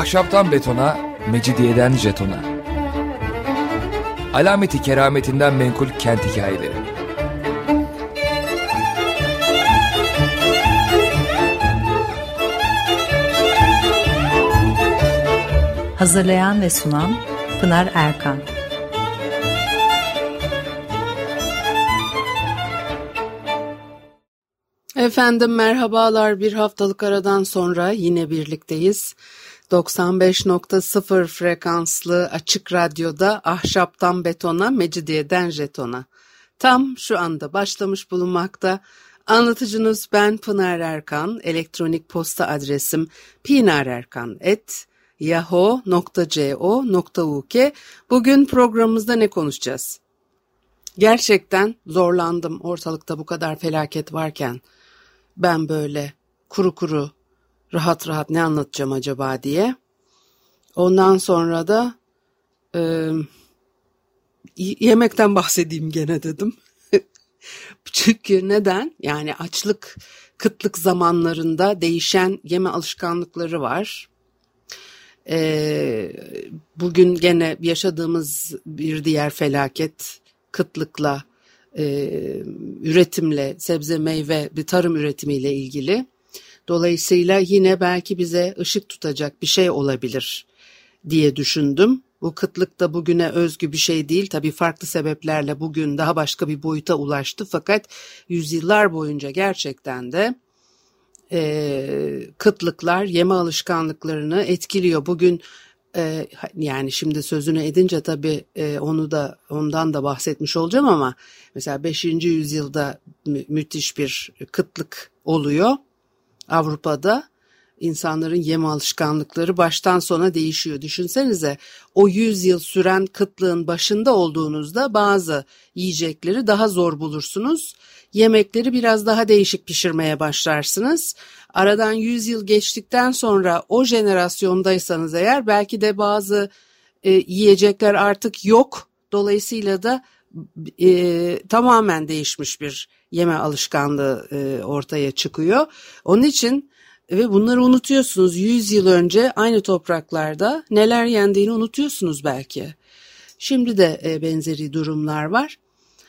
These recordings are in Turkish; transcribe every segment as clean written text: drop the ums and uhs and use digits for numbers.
Ahşaptan betona, mecidiyeden jetona. Alameti kerametinden menkul kent hikayeleri. Hazırlayan ve sunan Pınar Erkan. Efendim merhabalar, bir haftalık aradan sonra yine birlikteyiz. 95.0 frekanslı açık radyoda ahşaptan betona, mecidiyeden jetona. Tam şu anda başlamış bulunmakta. Anlatıcınız ben Pınar Erkan. Elektronik posta adresim pinarerkan@yahoo.co.uk. Bugün programımızda ne konuşacağız? Gerçekten zorlandım, ortalıkta bu kadar felaket varken. Ben böyle kuru kuru, rahat rahat ne anlatacağım acaba diye. Ondan sonra da yemekten bahsedeyim gene dedim. Çünkü neden? Yani açlık, kıtlık zamanlarında değişen yeme alışkanlıkları var. Bugün gene yaşadığımız bir diğer felaket, kıtlıkla, üretimle, sebze meyve bir tarım üretimiyle ilgili. Dolayısıyla yine belki bize ışık tutacak bir şey olabilir diye düşündüm. Bu kıtlık da bugüne özgü bir şey değil. Tabii farklı sebeplerle bugün daha başka bir boyuta ulaştı. Fakat yüzyıllar boyunca gerçekten de kıtlıklar yeme alışkanlıklarını etkiliyor. Bugün yani şimdi sözünü edince tabii ondan da bahsetmiş olacağım ama mesela 5. yüzyılda müthiş bir kıtlık oluyor. Avrupa'da insanların yeme alışkanlıkları baştan sona değişiyor. Düşünsenize, o 100 yıl süren kıtlığın başında olduğunuzda bazı yiyecekleri daha zor bulursunuz. Yemekleri biraz daha değişik pişirmeye başlarsınız. Aradan 100 yıl geçtikten sonra o jenerasyondaysanız eğer belki de bazı yiyecekler artık yok. Dolayısıyla da tamamen değişmiş bir yeme alışkanlığı ortaya çıkıyor. Onun için ve bunları unutuyorsunuz. 100 yıl önce aynı topraklarda neler yendiğini unutuyorsunuz belki. Şimdi de benzeri durumlar var.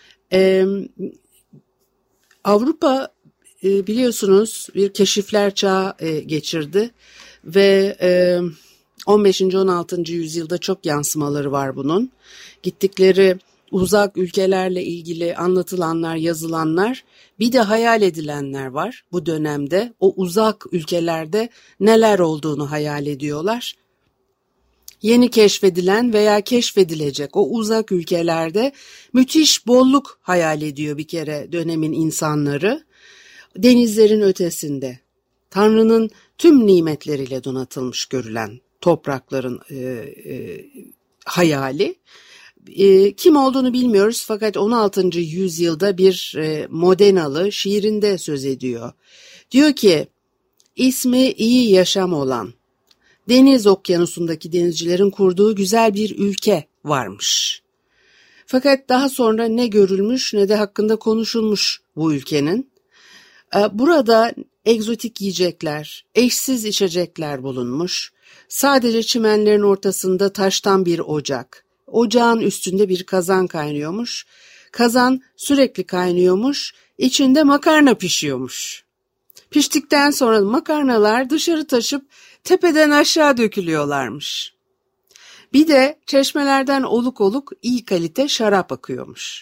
Avrupa biliyorsunuz bir keşifler çağı geçirdi ve 15. 16. yüzyılda çok yansımaları var bunun. Gittikleri uzak ülkelerle ilgili anlatılanlar, yazılanlar, bir de hayal edilenler var bu dönemde. O uzak ülkelerde neler olduğunu hayal ediyorlar. Yeni keşfedilen veya keşfedilecek o uzak ülkelerde müthiş bolluk hayal ediyor bir kere dönemin insanları. Denizlerin ötesinde, Tanrı'nın tüm nimetleriyle donatılmış görülen toprakların hayali. Kim olduğunu bilmiyoruz fakat 16. yüzyılda bir Modenalı şiirinde söz ediyor. Diyor ki, ismi iyi yaşam olan, deniz okyanusundaki denizcilerin kurduğu güzel bir ülke varmış. Fakat daha sonra ne görülmüş ne de hakkında konuşulmuş bu ülkenin. Burada egzotik yiyecekler, eşsiz içecekler bulunmuş. Sadece çimenlerin ortasında taştan bir ocak. Ocağın üstünde bir kazan kaynıyormuş. Kazan sürekli kaynıyormuş. İçinde makarna pişiyormuş. Piştikten sonra makarnalar dışarı taşıp tepeden aşağı dökülüyorlarmış. Bir de çeşmelerden oluk oluk iyi kalite şarap akıyormuş.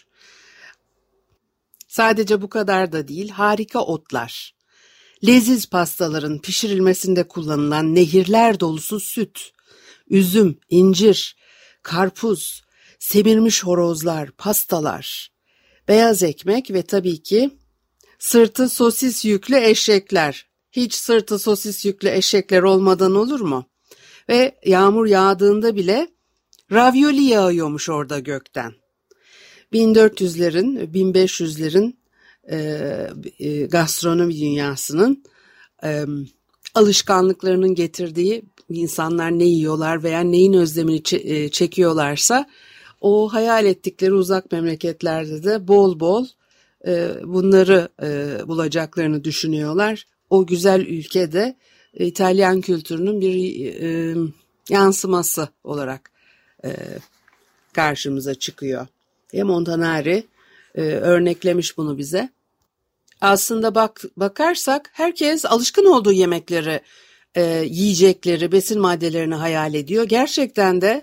Sadece bu kadar da değil, harika otlar. Leziz pastaların pişirilmesinde kullanılan nehirler dolusu süt, üzüm, incir, karpuz, semirmiş horozlar, pastalar, beyaz ekmek ve tabii ki sırtı sosis yüklü eşekler. Hiç sırtı sosis yüklü eşekler olmadan olur mu? Ve yağmur yağdığında bile ravioli yağıyormuş orada gökten. 1400'lerin, 1500'lerin gastronomi dünyasının alışkanlıklarının getirdiği, insanlar ne yiyorlar veya neyin özlemini çekiyorlarsa o hayal ettikleri uzak memleketlerde de bol bol bunları bulacaklarını düşünüyorlar. O güzel ülkede İtalyan kültürünün bir yansıması olarak karşımıza çıkıyor. Montanari örneklemiş bunu bize. Aslında bakarsak herkes alışkın olduğu yemekleri, yiyecekleri, besin maddelerini hayal ediyor. Gerçekten de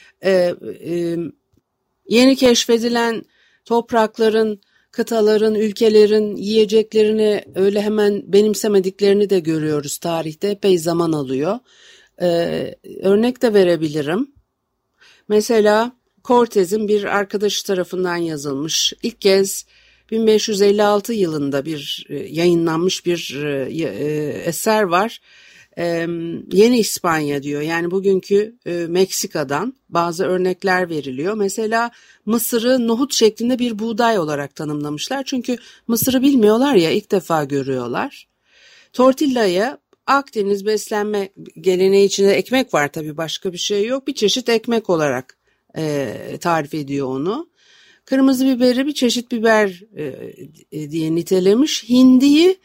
yeni keşfedilen toprakların, kıtaların, ülkelerin yiyeceklerini öyle hemen benimsemediklerini de görüyoruz tarihte. Epey zaman alıyor. Örnek de verebilirim. Mesela Cortez'in bir arkadaşı tarafından yazılmış. İlk kez 1556 yılında yayınlanmış bir eser var. Yeni İspanya diyor. Yani bugünkü Meksika'dan bazı örnekler veriliyor. Mesela Mısır'ı nohut şeklinde bir buğday olarak tanımlamışlar. Çünkü Mısır'ı bilmiyorlar ya, ilk defa görüyorlar. Tortilla'ya Akdeniz beslenme geleneği içinde ekmek var, tabii başka bir şey yok. Bir çeşit ekmek olarak tarif ediyor onu. Kırmızı biberi bir çeşit biber diye nitelemiş. Hindiyi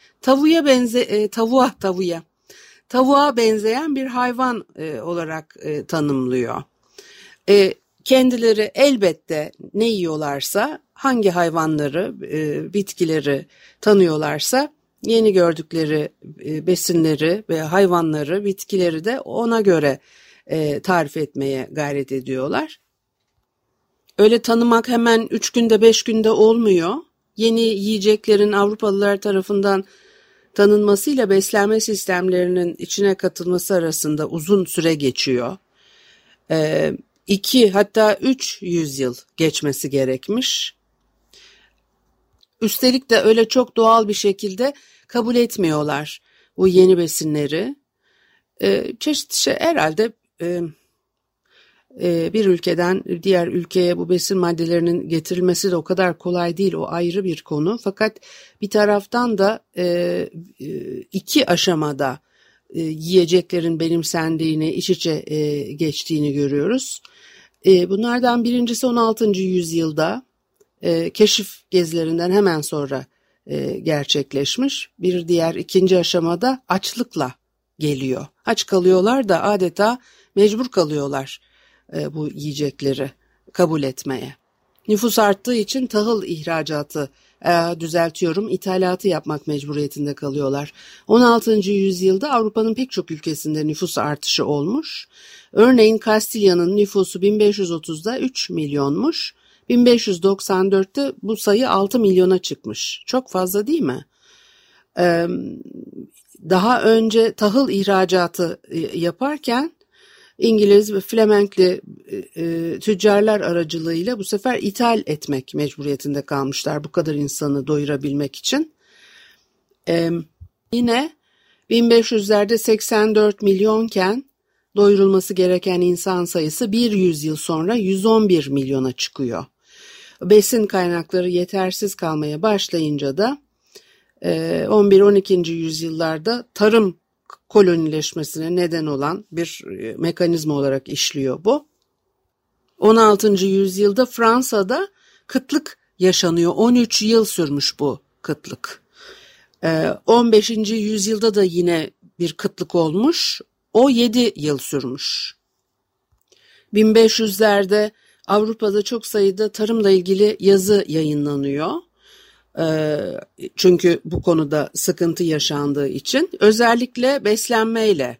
tavuğa benzeyen bir hayvan olarak tanımlıyor. Kendileri elbette ne yiyorlarsa, hangi hayvanları, bitkileri tanıyorlarsa yeni gördükleri besinleri ve hayvanları, bitkileri de ona göre tarif etmeye gayret ediyorlar. Öyle tanımak hemen 3 günde 5 günde olmuyor. Yeni yiyeceklerin Avrupalılar tarafından tanınmasıyla beslenme sistemlerinin içine katılması arasında uzun süre geçiyor. 2 hatta 3 yüzyıl geçmesi gerekmiş. Üstelik de öyle çok doğal bir şekilde kabul etmiyorlar bu yeni besinleri. Çeşitli herhalde bir ülkeden diğer ülkeye bu besin maddelerinin getirilmesi de o kadar kolay değil, o ayrı bir konu. Fakat bir taraftan da 2 aşamada yiyeceklerin benimsendiğini, iç içe geçtiğini görüyoruz. Bunlardan birincisi 16. yüzyılda keşif gezilerinden hemen sonra gerçekleşmiş. Bir diğer ikinci aşamada açlıkla geliyor. Aç kalıyorlar da adeta mecbur kalıyorlar bu yiyecekleri kabul etmeye. Nüfus arttığı için tahıl ithalatı yapmak mecburiyetinde kalıyorlar. 16. yüzyılda Avrupa'nın pek çok ülkesinde nüfus artışı olmuş. Örneğin Kastilya'nın nüfusu 1530'da 3 milyonmuş. 1594'te bu sayı 6 milyona çıkmış. Çok fazla değil mi? Daha önce tahıl ihracatı yaparken İngiliz ve Flemenkli tüccarlar aracılığıyla bu sefer ithal etmek mecburiyetinde kalmışlar bu kadar insanı doyurabilmek için. Yine 1500'lerde 84 milyonken doyurulması gereken insan sayısı bir yüzyıl sonra 111 milyona çıkıyor. Besin kaynakları yetersiz kalmaya başlayınca da 11-12. yüzyıllarda tarım kolonileşmesine neden olan bir mekanizma olarak işliyor bu. 16. yüzyılda Fransa'da kıtlık yaşanıyor. 13 yıl sürmüş bu kıtlık. 15. yüzyılda da yine bir kıtlık olmuş. O 7 yıl sürmüş. 1500'lerde Avrupa'da çok sayıda tarımla ilgili yazı yayınlanıyor. Çünkü bu konuda sıkıntı yaşandığı için özellikle beslenmeyle,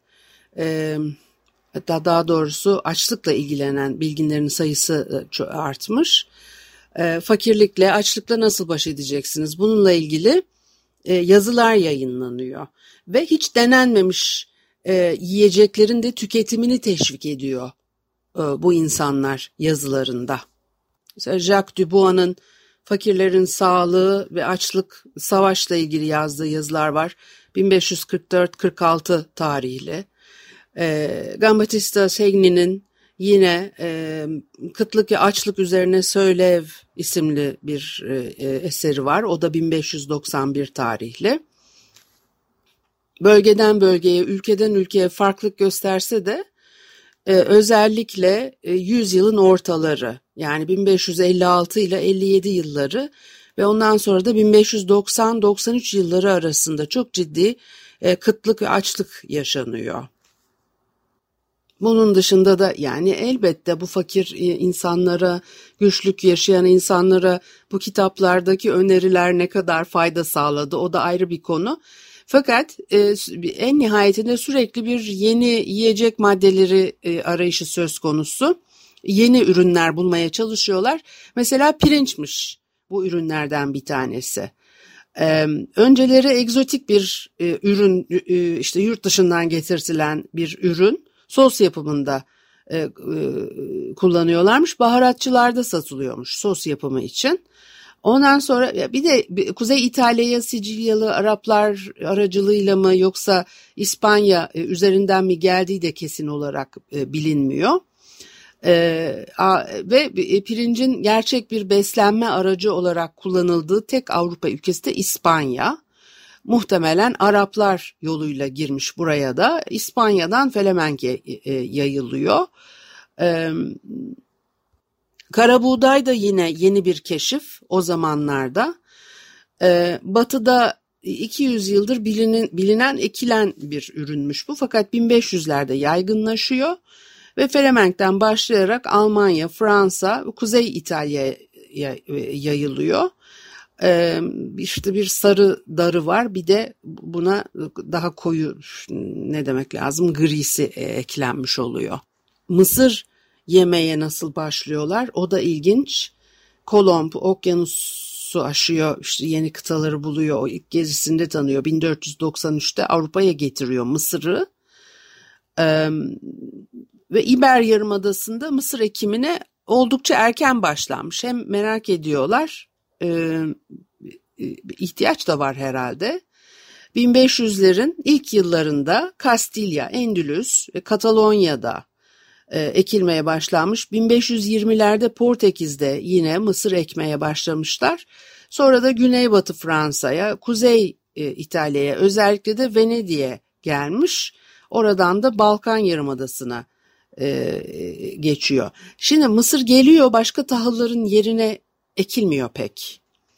hatta daha doğrusu açlıkla ilgilenen bilginlerin sayısı artmış. Fakirlikle, açlıkla nasıl baş edeceksiniz? Bununla ilgili yazılar yayınlanıyor ve hiç denenmemiş yiyeceklerin de tüketimini teşvik ediyor bu insanlar yazılarında. Mesela Jacques Dubois'ın fakirlerin sağlığı ve açlık savaşla ilgili yazdığı yazılar var. 1544-46 tarihli. Giambattista Segni'nin yine kıtlık ve açlık üzerine Söylev isimli bir eseri var. O da 1591 tarihli. Bölgeden bölgeye, ülkeden ülkeye farklılık gösterse de özellikle yüzyılın ortaları, yani 1556 ile 57 yılları ve ondan sonra da 1590-93 yılları arasında çok ciddi kıtlık ve açlık yaşanıyor. Bunun dışında da yani elbette bu fakir insanlara, güçlük yaşayan insanlara bu kitaplardaki öneriler ne kadar fayda sağladı, o da ayrı bir konu. Fakat en nihayetinde sürekli bir yeni yiyecek maddeleri arayışı söz konusu. Yeni ürünler bulmaya çalışıyorlar. Mesela pirinçmiş bu ürünlerden bir tanesi. Önceleri egzotik bir ürün, işte yurt dışından getirtilen bir ürün, sos yapımında kullanıyorlarmış. Baharatçılarda satılıyormuş sos yapımı için. Ondan sonra bir de Kuzey İtalya'ya Sicilyalı Araplar aracılığıyla mı yoksa İspanya üzerinden mi geldiği de kesin olarak bilinmiyor. Ve pirincin gerçek bir beslenme aracı olarak kullanıldığı tek Avrupa ülkesi de İspanya. Muhtemelen Araplar yoluyla girmiş buraya da. İspanya'dan Felemenk'e yayılıyor. Karabuğday da yine yeni bir keşif o zamanlarda. Batı'da 200 yıldır bilinen ekilen bir ürünmüş bu. Fakat 1500'lerde yaygınlaşıyor. Ve Felemenk'ten başlayarak Almanya, Fransa, Kuzey İtalya'ya yayılıyor. İşte bir sarı darı var, bir de buna daha koyu ne demek lazım grisi eklenmiş oluyor. Mısır yemeye nasıl başlıyorlar? O da ilginç. Kolomb okyanusu aşıyor, işte yeni kıtaları buluyor. O ilk gezisinde tanıyor. 1493'te Avrupa'ya getiriyor Mısır'ı. Ve İber Yarımadası'nda mısır ekimine oldukça erken başlanmış. Hem merak ediyorlar, ihtiyaç da var herhalde. 1500'lerin ilk yıllarında Kastilya, Endülüs ve Katalonya'da ekilmeye başlanmış. 1520'lerde Portekiz'de yine mısır ekmeye başlamışlar. Sonra da Güneybatı Fransa'ya, Kuzey İtalya'ya, özellikle de Venedik'e gelmiş. Oradan da Balkan Yarımadası'na geçiyor. Şimdi mısır geliyor, başka tahılların yerine ekilmiyor pek.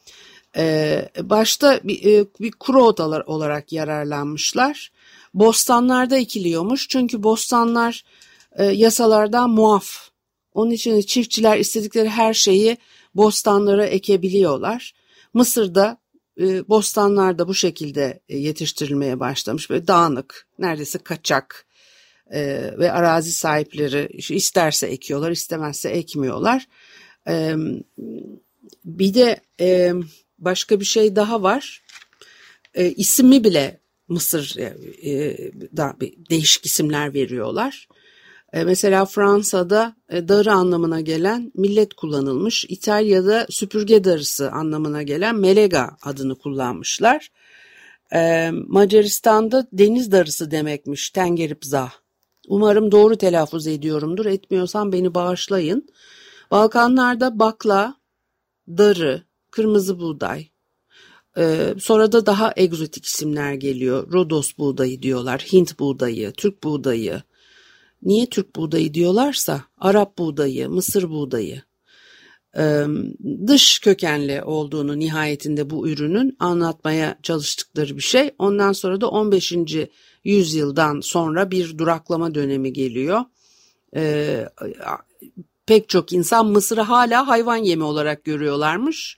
Başta bir kuru ot olarak yararlanmışlar. Bostanlarda ekiliyormuş çünkü bostanlar yasalardan muaf. Onun için çiftçiler istedikleri her şeyi bostanlara ekebiliyorlar. Mısır'da bostanlarda bu şekilde yetiştirilmeye başlamış. Böyle dağınık, neredeyse kaçak ve arazi sahipleri isterse ekiyorlar, istemezse ekmiyorlar. Bir de başka bir şey daha var. İsmi bile Mısır değişik isimler veriyorlar. Mesela Fransa'da darı anlamına gelen millet kullanılmış. İtalya'da süpürge darısı anlamına gelen melega adını kullanmışlar. Macaristan'da deniz darısı demekmiş tengeripzah. Umarım doğru telaffuz ediyorumdur. Etmiyorsam beni bağışlayın. Balkanlarda bakla, darı, kırmızı buğday. Sonra da daha egzotik isimler geliyor. Rodos buğdayı diyorlar, Hint buğdayı, Türk buğdayı. Niye Türk buğdayı diyorlarsa Arap buğdayı, Mısır buğdayı. Dış kökenli olduğunu nihayetinde bu ürünün anlatmaya çalıştıkları bir şey. Ondan sonra da 15. yüzyıldan sonra bir duraklama dönemi geliyor. Pek çok insan Mısır'ı hala hayvan yemi olarak görüyorlarmış.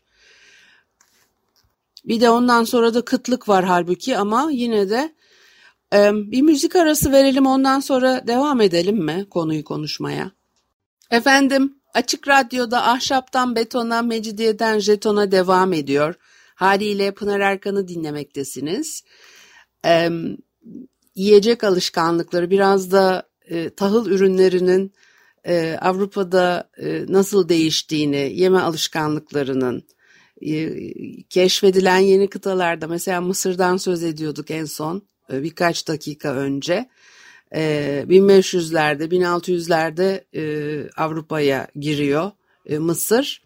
Bir de ondan sonra da kıtlık var halbuki, ama yine de bir müzik arası verelim, ondan sonra devam edelim mi konuyu konuşmaya? Efendim, Açık Radyo'da Ahşaptan Betona, Mecidiyeden Jeton'a devam ediyor. Haliyle Pınar Erkan'ı dinlemektesiniz. Yiyecek alışkanlıkları, biraz da tahıl ürünlerinin Avrupa'da nasıl değiştiğini, yeme alışkanlıklarının, keşfedilen yeni kıtalarda, mesela Mısır'dan söz ediyorduk en son birkaç dakika önce. 1500'lerde, 1600'lerde Avrupa'ya giriyor Mısır.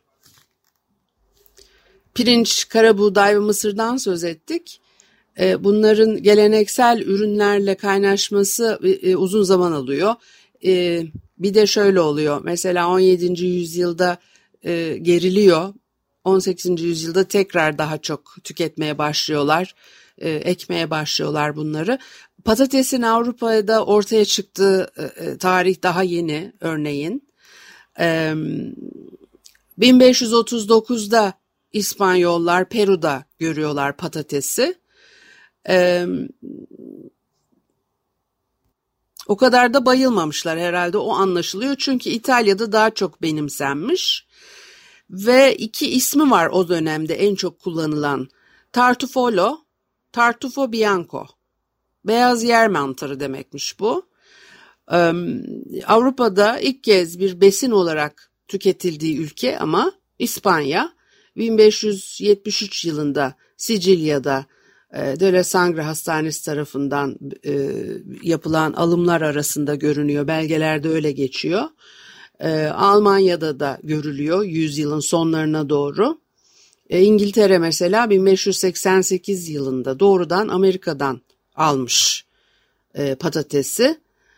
Pirinç, karabuğday ve mısırdan söz ettik. Bunların geleneksel ürünlerle kaynaşması uzun zaman alıyor. Bir de şöyle oluyor. Mesela 17. yüzyılda geriliyor. 18. yüzyılda tekrar daha çok tüketmeye başlıyorlar. Ekmeye başlıyorlar bunları. Patatesin Avrupa'da ortaya çıktığı tarih daha yeni örneğin. 1539'da İspanyollar Peru'da görüyorlar patatesi. O kadar da bayılmamışlar herhalde, o anlaşılıyor. Çünkü İtalya'da daha çok benimsenmiş. Ve iki ismi var o dönemde en çok kullanılan. Tartufolo, Tartufo bianco. Beyaz yer mantarı demekmiş bu. Avrupa'da ilk kez bir besin olarak tüketildiği ülke ama İspanya. 1573 yılında Sicilya'da De La Sangre Hastanesi tarafından yapılan alımlar arasında görünüyor. Belgelerde öyle geçiyor. Almanya'da da görülüyor yüzyılın sonlarına doğru. İngiltere mesela 1588 yılında doğrudan Amerika'dan almış patatesi.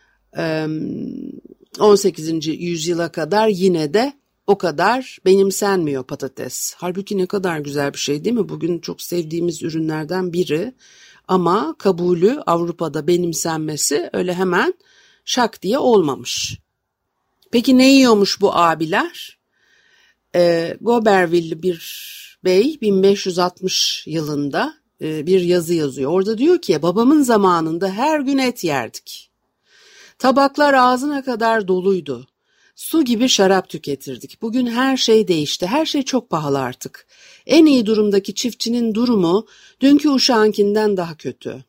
18. yüzyıla kadar yine de o kadar benimsenmiyor patates. Halbuki ne kadar güzel bir şey değil mi? Bugün çok sevdiğimiz ürünlerden biri. Ama kabulü, Avrupa'da benimsenmesi öyle hemen şak diye olmamış. Peki ne yiyormuş bu abiler? Goberville'li bir bey 1560 yılında bir yazı yazıyor. Orada diyor ki babamın zamanında her gün et yerdik. Tabaklar ağzına kadar doluydu. Su gibi şarap tüketirdik. Bugün her şey değişti. Her şey çok pahalı artık. En iyi durumdaki çiftçinin durumu dünkü uşağınkinden daha kötü.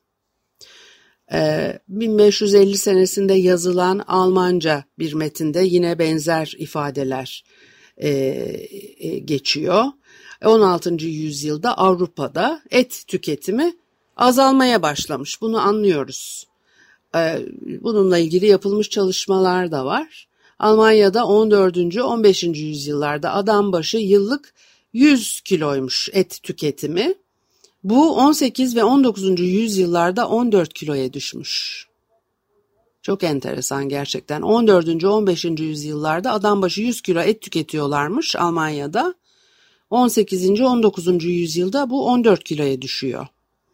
1550 senesinde yazılan Almanca bir metinde yine benzer ifadeler geçiyor. 16. yüzyılda Avrupa'da et tüketimi azalmaya başlamış. Bunu anlıyoruz. Bununla ilgili yapılmış çalışmalar da var. Almanya'da 14. 15. yüzyıllarda adam başı yıllık 100 kiloymuş et tüketimi. Bu 18 ve 19. yüzyıllarda 14 kiloya düşmüş. Çok enteresan gerçekten. 14. 15. yüzyıllarda adam başı 100 kilo et tüketiyorlarmış Almanya'da. 18. 19. yüzyılda bu 14 kiloya düşüyor.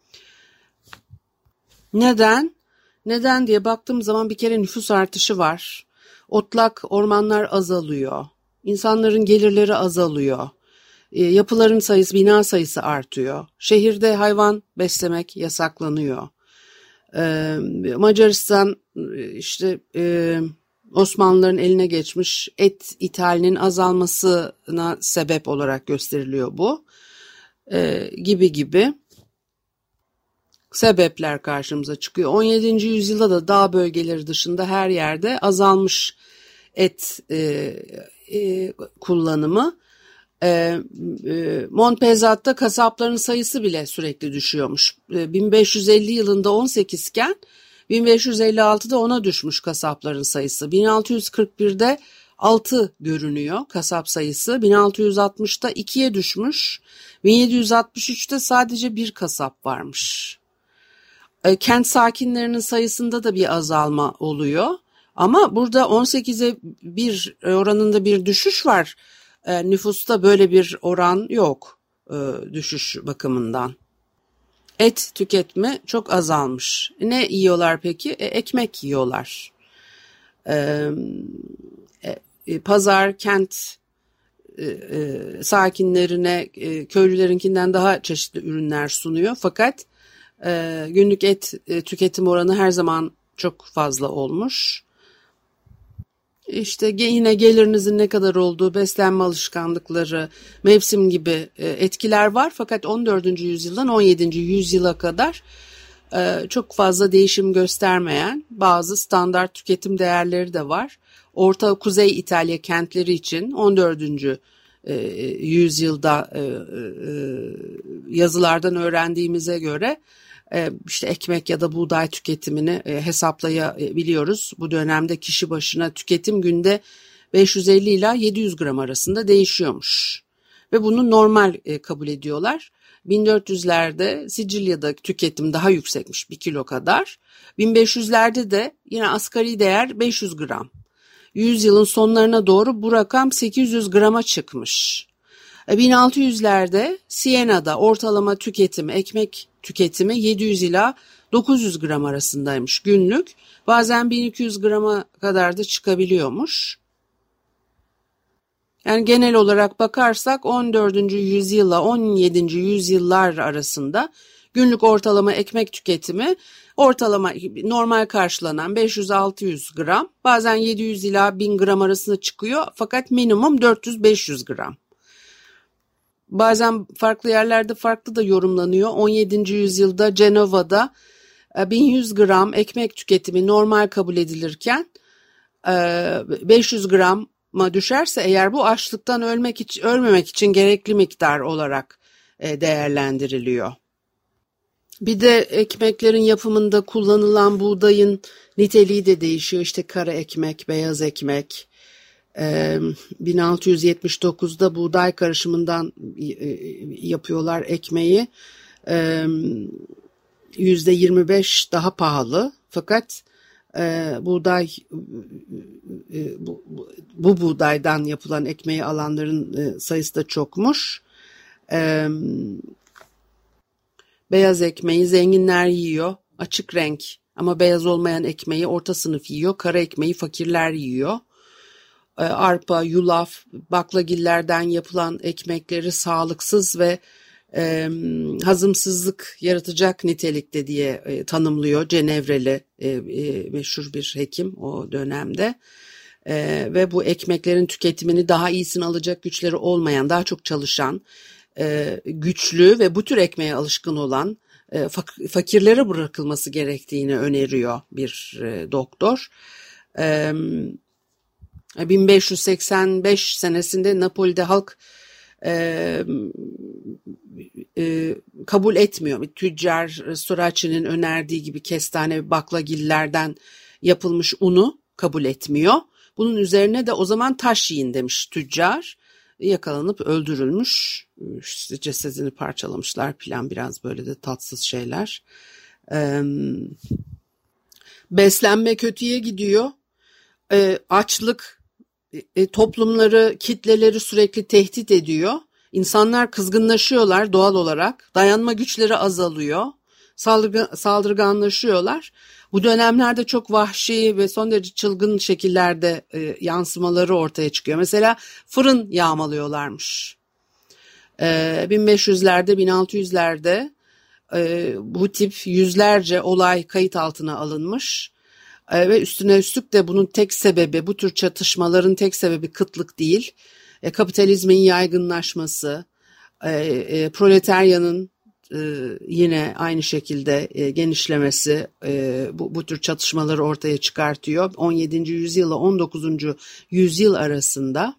Neden? Neden diye baktığım zaman bir kere nüfus artışı var. Otlak ormanlar azalıyor. İnsanların gelirleri azalıyor. Yapıların sayısı, bina sayısı artıyor. Şehirde hayvan beslemek yasaklanıyor. Macaristan işte Osmanlıların eline geçmiş, et ithalinin azalmasına sebep olarak gösteriliyor bu. Gibi sebepler karşımıza çıkıyor. 17. yüzyılda da dağ bölgeleri dışında her yerde azalmış et kullanımı. Montpezat'ta kasapların sayısı bile sürekli düşüyormuş. 1550 yılında 18 iken 1556'da 10'a düşmüş kasapların sayısı. 1641'de 6 görünüyor kasap sayısı. 1660'da 2'ye düşmüş. 1763'te sadece bir kasap varmış. Kent sakinlerinin sayısında da bir azalma oluyor. Ama burada 18'e 1 oranında bir düşüş var. Nüfusta böyle bir oran yok düşüş bakımından. Et tüketimi çok azalmış. Ne yiyorlar peki? Ekmek yiyorlar. Pazar, kent sakinlerine köylülerinkinden daha çeşitli ürünler sunuyor. Fakat günlük et tüketim oranı her zaman çok fazla olmuş. İşte yine gelirinizin ne kadar olduğu, beslenme alışkanlıkları, mevsim gibi etkiler var. Fakat 14. yüzyıldan 17. yüzyıla kadar çok fazla değişim göstermeyen bazı standart tüketim değerleri de var. Orta Kuzey İtalya kentleri için 14. yüzyılda yazılardan öğrendiğimize göre işte ekmek ya da buğday tüketimini hesaplayabiliyoruz. Bu dönemde kişi başına tüketim günde 550 ila 700 gram arasında değişiyormuş. Ve bunu normal kabul ediyorlar. 1400'lerde Sicilya'da tüketim daha yüksekmiş, 1 kilo kadar. 1500'lerde de yine asgari değer 500 gram. 100 yılın sonlarına doğru bu rakam 800 grama çıkmış. 1600'lerde Siena'da ortalama ekmek tüketimi 700 ila 900 gram arasındaymış günlük. Bazen 1200 grama kadar da çıkabiliyormuş. Yani genel olarak bakarsak 14. yüzyılla 17. yüzyıllar arasında günlük ortalama ekmek tüketimi ortalama normal karşılanan 500-600 gram, bazen 700 ila 1000 gram arasında çıkıyor fakat minimum 400-500 gram. Bazen farklı yerlerde farklı da yorumlanıyor. 17. yüzyılda Cenova'da 1100 gram ekmek tüketimi normal kabul edilirken 500 grama düşerse eğer bu açlıktan ölmemek için gerekli miktar olarak değerlendiriliyor. Bir de ekmeklerin yapımında kullanılan buğdayın niteliği de değişiyor. İşte kara ekmek, beyaz ekmek. 1679'da buğday karışımından yapıyorlar ekmeği. %25 daha pahalı. Fakat buğday bu buğdaydan yapılan ekmeği alanların sayısı da çokmuş. Beyaz ekmeği zenginler yiyor, açık renk ama beyaz olmayan ekmeği orta sınıf yiyor, kara ekmeği fakirler yiyor. Arpa, yulaf, baklagillerden yapılan ekmekleri sağlıksız ve hazımsızlık yaratacak nitelikte diye tanımlıyor Cenevreli meşhur bir hekim o dönemde. Ve bu ekmeklerin tüketimini daha iyisini alacak güçleri olmayan, daha çok çalışan, güçlü ve bu tür ekmeğe alışkın olan fakirlere bırakılması gerektiğini öneriyor bir doktor. 1585 senesinde Napoli'de halk kabul etmiyor. Bir tüccar Storaci'nin önerdiği gibi kestane ve baklagillerden yapılmış unu kabul etmiyor. Bunun üzerine de o zaman taş yiyin demiş tüccar. Yakalanıp öldürülmüş. İşte cesedini parçalamışlar falan, biraz böyle de tatsız şeyler. Beslenme kötüye gidiyor. Açlık toplumları, kitleleri sürekli tehdit ediyor. İnsanlar kızgınlaşıyorlar doğal olarak. Dayanma güçleri azalıyor. Saldırganlaşıyorlar. Bu dönemlerde çok vahşi ve son derece çılgın şekillerde yansımaları ortaya çıkıyor. Mesela fırın yağmalıyorlarmış. 1500'lerde, 1600'lerde bu tip yüzlerce olay kayıt altına alınmış. Ve üstüne üstlük de bunun tek sebebi, bu tür çatışmaların tek sebebi kıtlık değil. Kapitalizmin yaygınlaşması, proletaryanın yine aynı şekilde genişlemesi bu tür çatışmaları ortaya çıkartıyor. 17. yüzyılla 19. yüzyıl arasında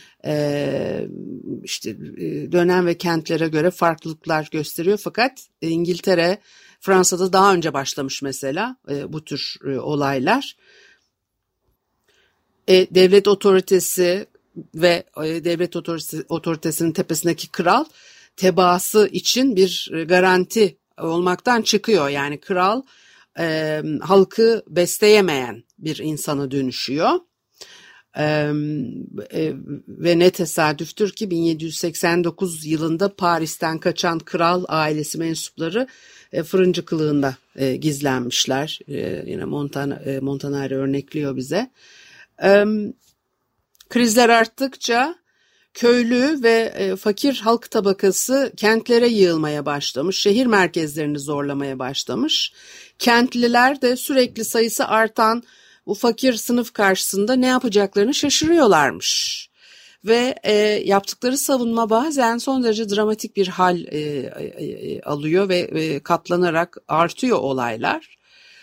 işte dönem ve kentlere göre farklılıklar gösteriyor. Fakat İngiltere, Fransa'da daha önce başlamış mesela bu tür olaylar. Devlet otoritesi ve devlet otoritesinin tepesindeki kral tebaası için bir garanti olmaktan çıkıyor. Yani kral halkı besleyemeyen bir insana dönüşüyor. Ve ne tesadüftür ki 1789 yılında Paris'ten kaçan kral ailesi mensupları fırıncı kılığında gizlenmişler. Yine Montanari örnekliyor bize. Krizler arttıkça köylü ve fakir halk tabakası kentlere yığılmaya başlamış, şehir merkezlerini zorlamaya başlamış. Kentliler de sürekli sayısı artan bu fakir sınıf karşısında ne yapacaklarını şaşırıyorlarmış. Ve yaptıkları savunma bazen son derece dramatik bir hal alıyor ve katlanarak artıyor olaylar.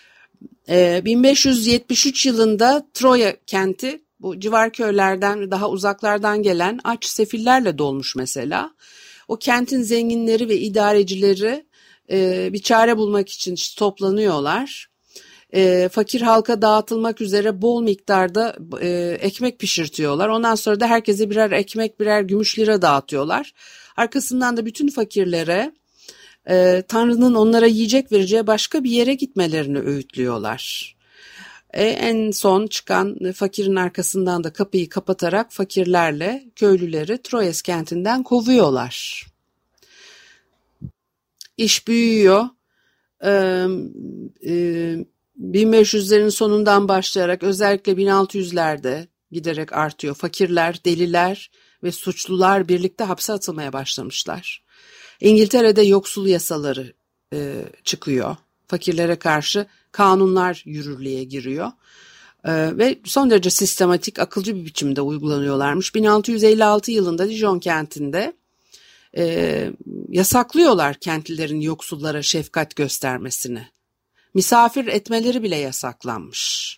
1573 yılında Troya kenti bu civar köylerden, daha uzaklardan gelen aç sefillerle dolmuş mesela. O kentin zenginleri ve idarecileri bir çare bulmak için toplanıyorlar. Fakir halka dağıtılmak üzere bol miktarda ekmek pişirtiyorlar. Ondan sonra da herkese birer ekmek, birer gümüş lira dağıtıyorlar. Arkasından da bütün fakirlere Tanrı'nın onlara yiyecek vereceği başka bir yere gitmelerini öğütlüyorlar. En son çıkan fakirin arkasından da kapıyı kapatarak fakirlerle köylüleri Troyes kentinden kovuyorlar. İş büyüyor. 1500'lerin sonundan başlayarak özellikle 1600'lerde giderek artıyor. Fakirler, deliler ve suçlular birlikte hapse atılmaya başlamışlar. İngiltere'de yoksul yasaları çıkıyor. Fakirlere karşı kanunlar yürürlüğe giriyor. Ve son derece sistematik, akılcı bir biçimde uygulanıyorlarmış. 1656 yılında Dijon kentinde yasaklıyorlar kentlilerin yoksullara şefkat göstermesini. Misafir etmeleri bile yasaklanmış.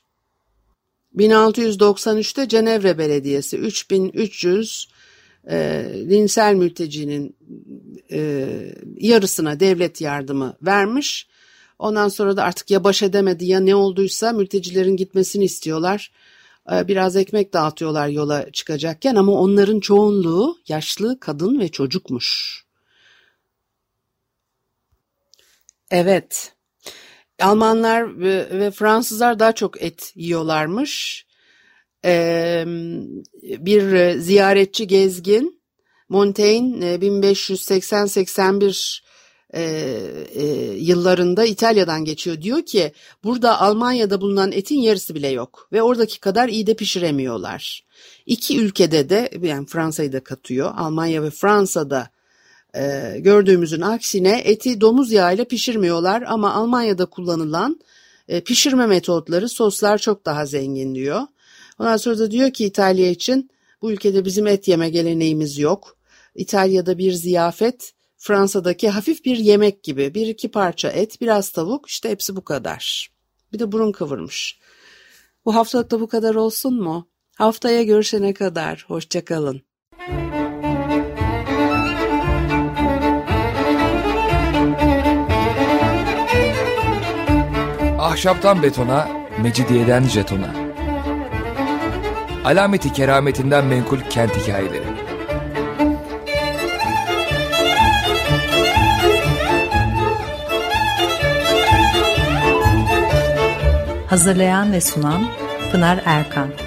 1693'te Cenevre Belediyesi 3300 dinsel mültecinin yarısına devlet yardımı vermiş. Ondan sonra da artık ya baş edemedi ya ne olduysa mültecilerin gitmesini istiyorlar. Biraz ekmek dağıtıyorlar yola çıkacakken ama onların çoğunluğu yaşlı kadın ve çocukmuş. Evet, Almanlar ve Fransızlar daha çok et yiyorlarmış. Bir ziyaretçi gezgin Montaigne 1580-81 yıllarında İtalya'dan geçiyor. Diyor ki burada Almanya'da bulunan etin yarısı bile yok ve oradaki kadar iyi de pişiremiyorlar. İki ülkede de, yani Fransa'yı da katıyor, Almanya ve Fransa'da gördüğümüzün aksine eti domuz yağıyla pişirmiyorlar ama Almanya'da kullanılan pişirme metotları, soslar çok daha zengin diyor. Ondan sonra da diyor ki İtalya için bu ülkede bizim et yeme geleneğimiz yok. İtalya'da bir ziyafet Fransa'daki hafif bir yemek gibi, bir iki parça et, biraz tavuk, işte hepsi bu kadar. Bir de burun kıvırmış. Bu haftalık da bu kadar olsun mu? Haftaya görüşene kadar hoşça kalın. Ahşaptan betona, mecidiyeden jetona. Alameti kerametinden menkul kent hikayeleri. Hazırlayan ve sunan Pınar Erkan.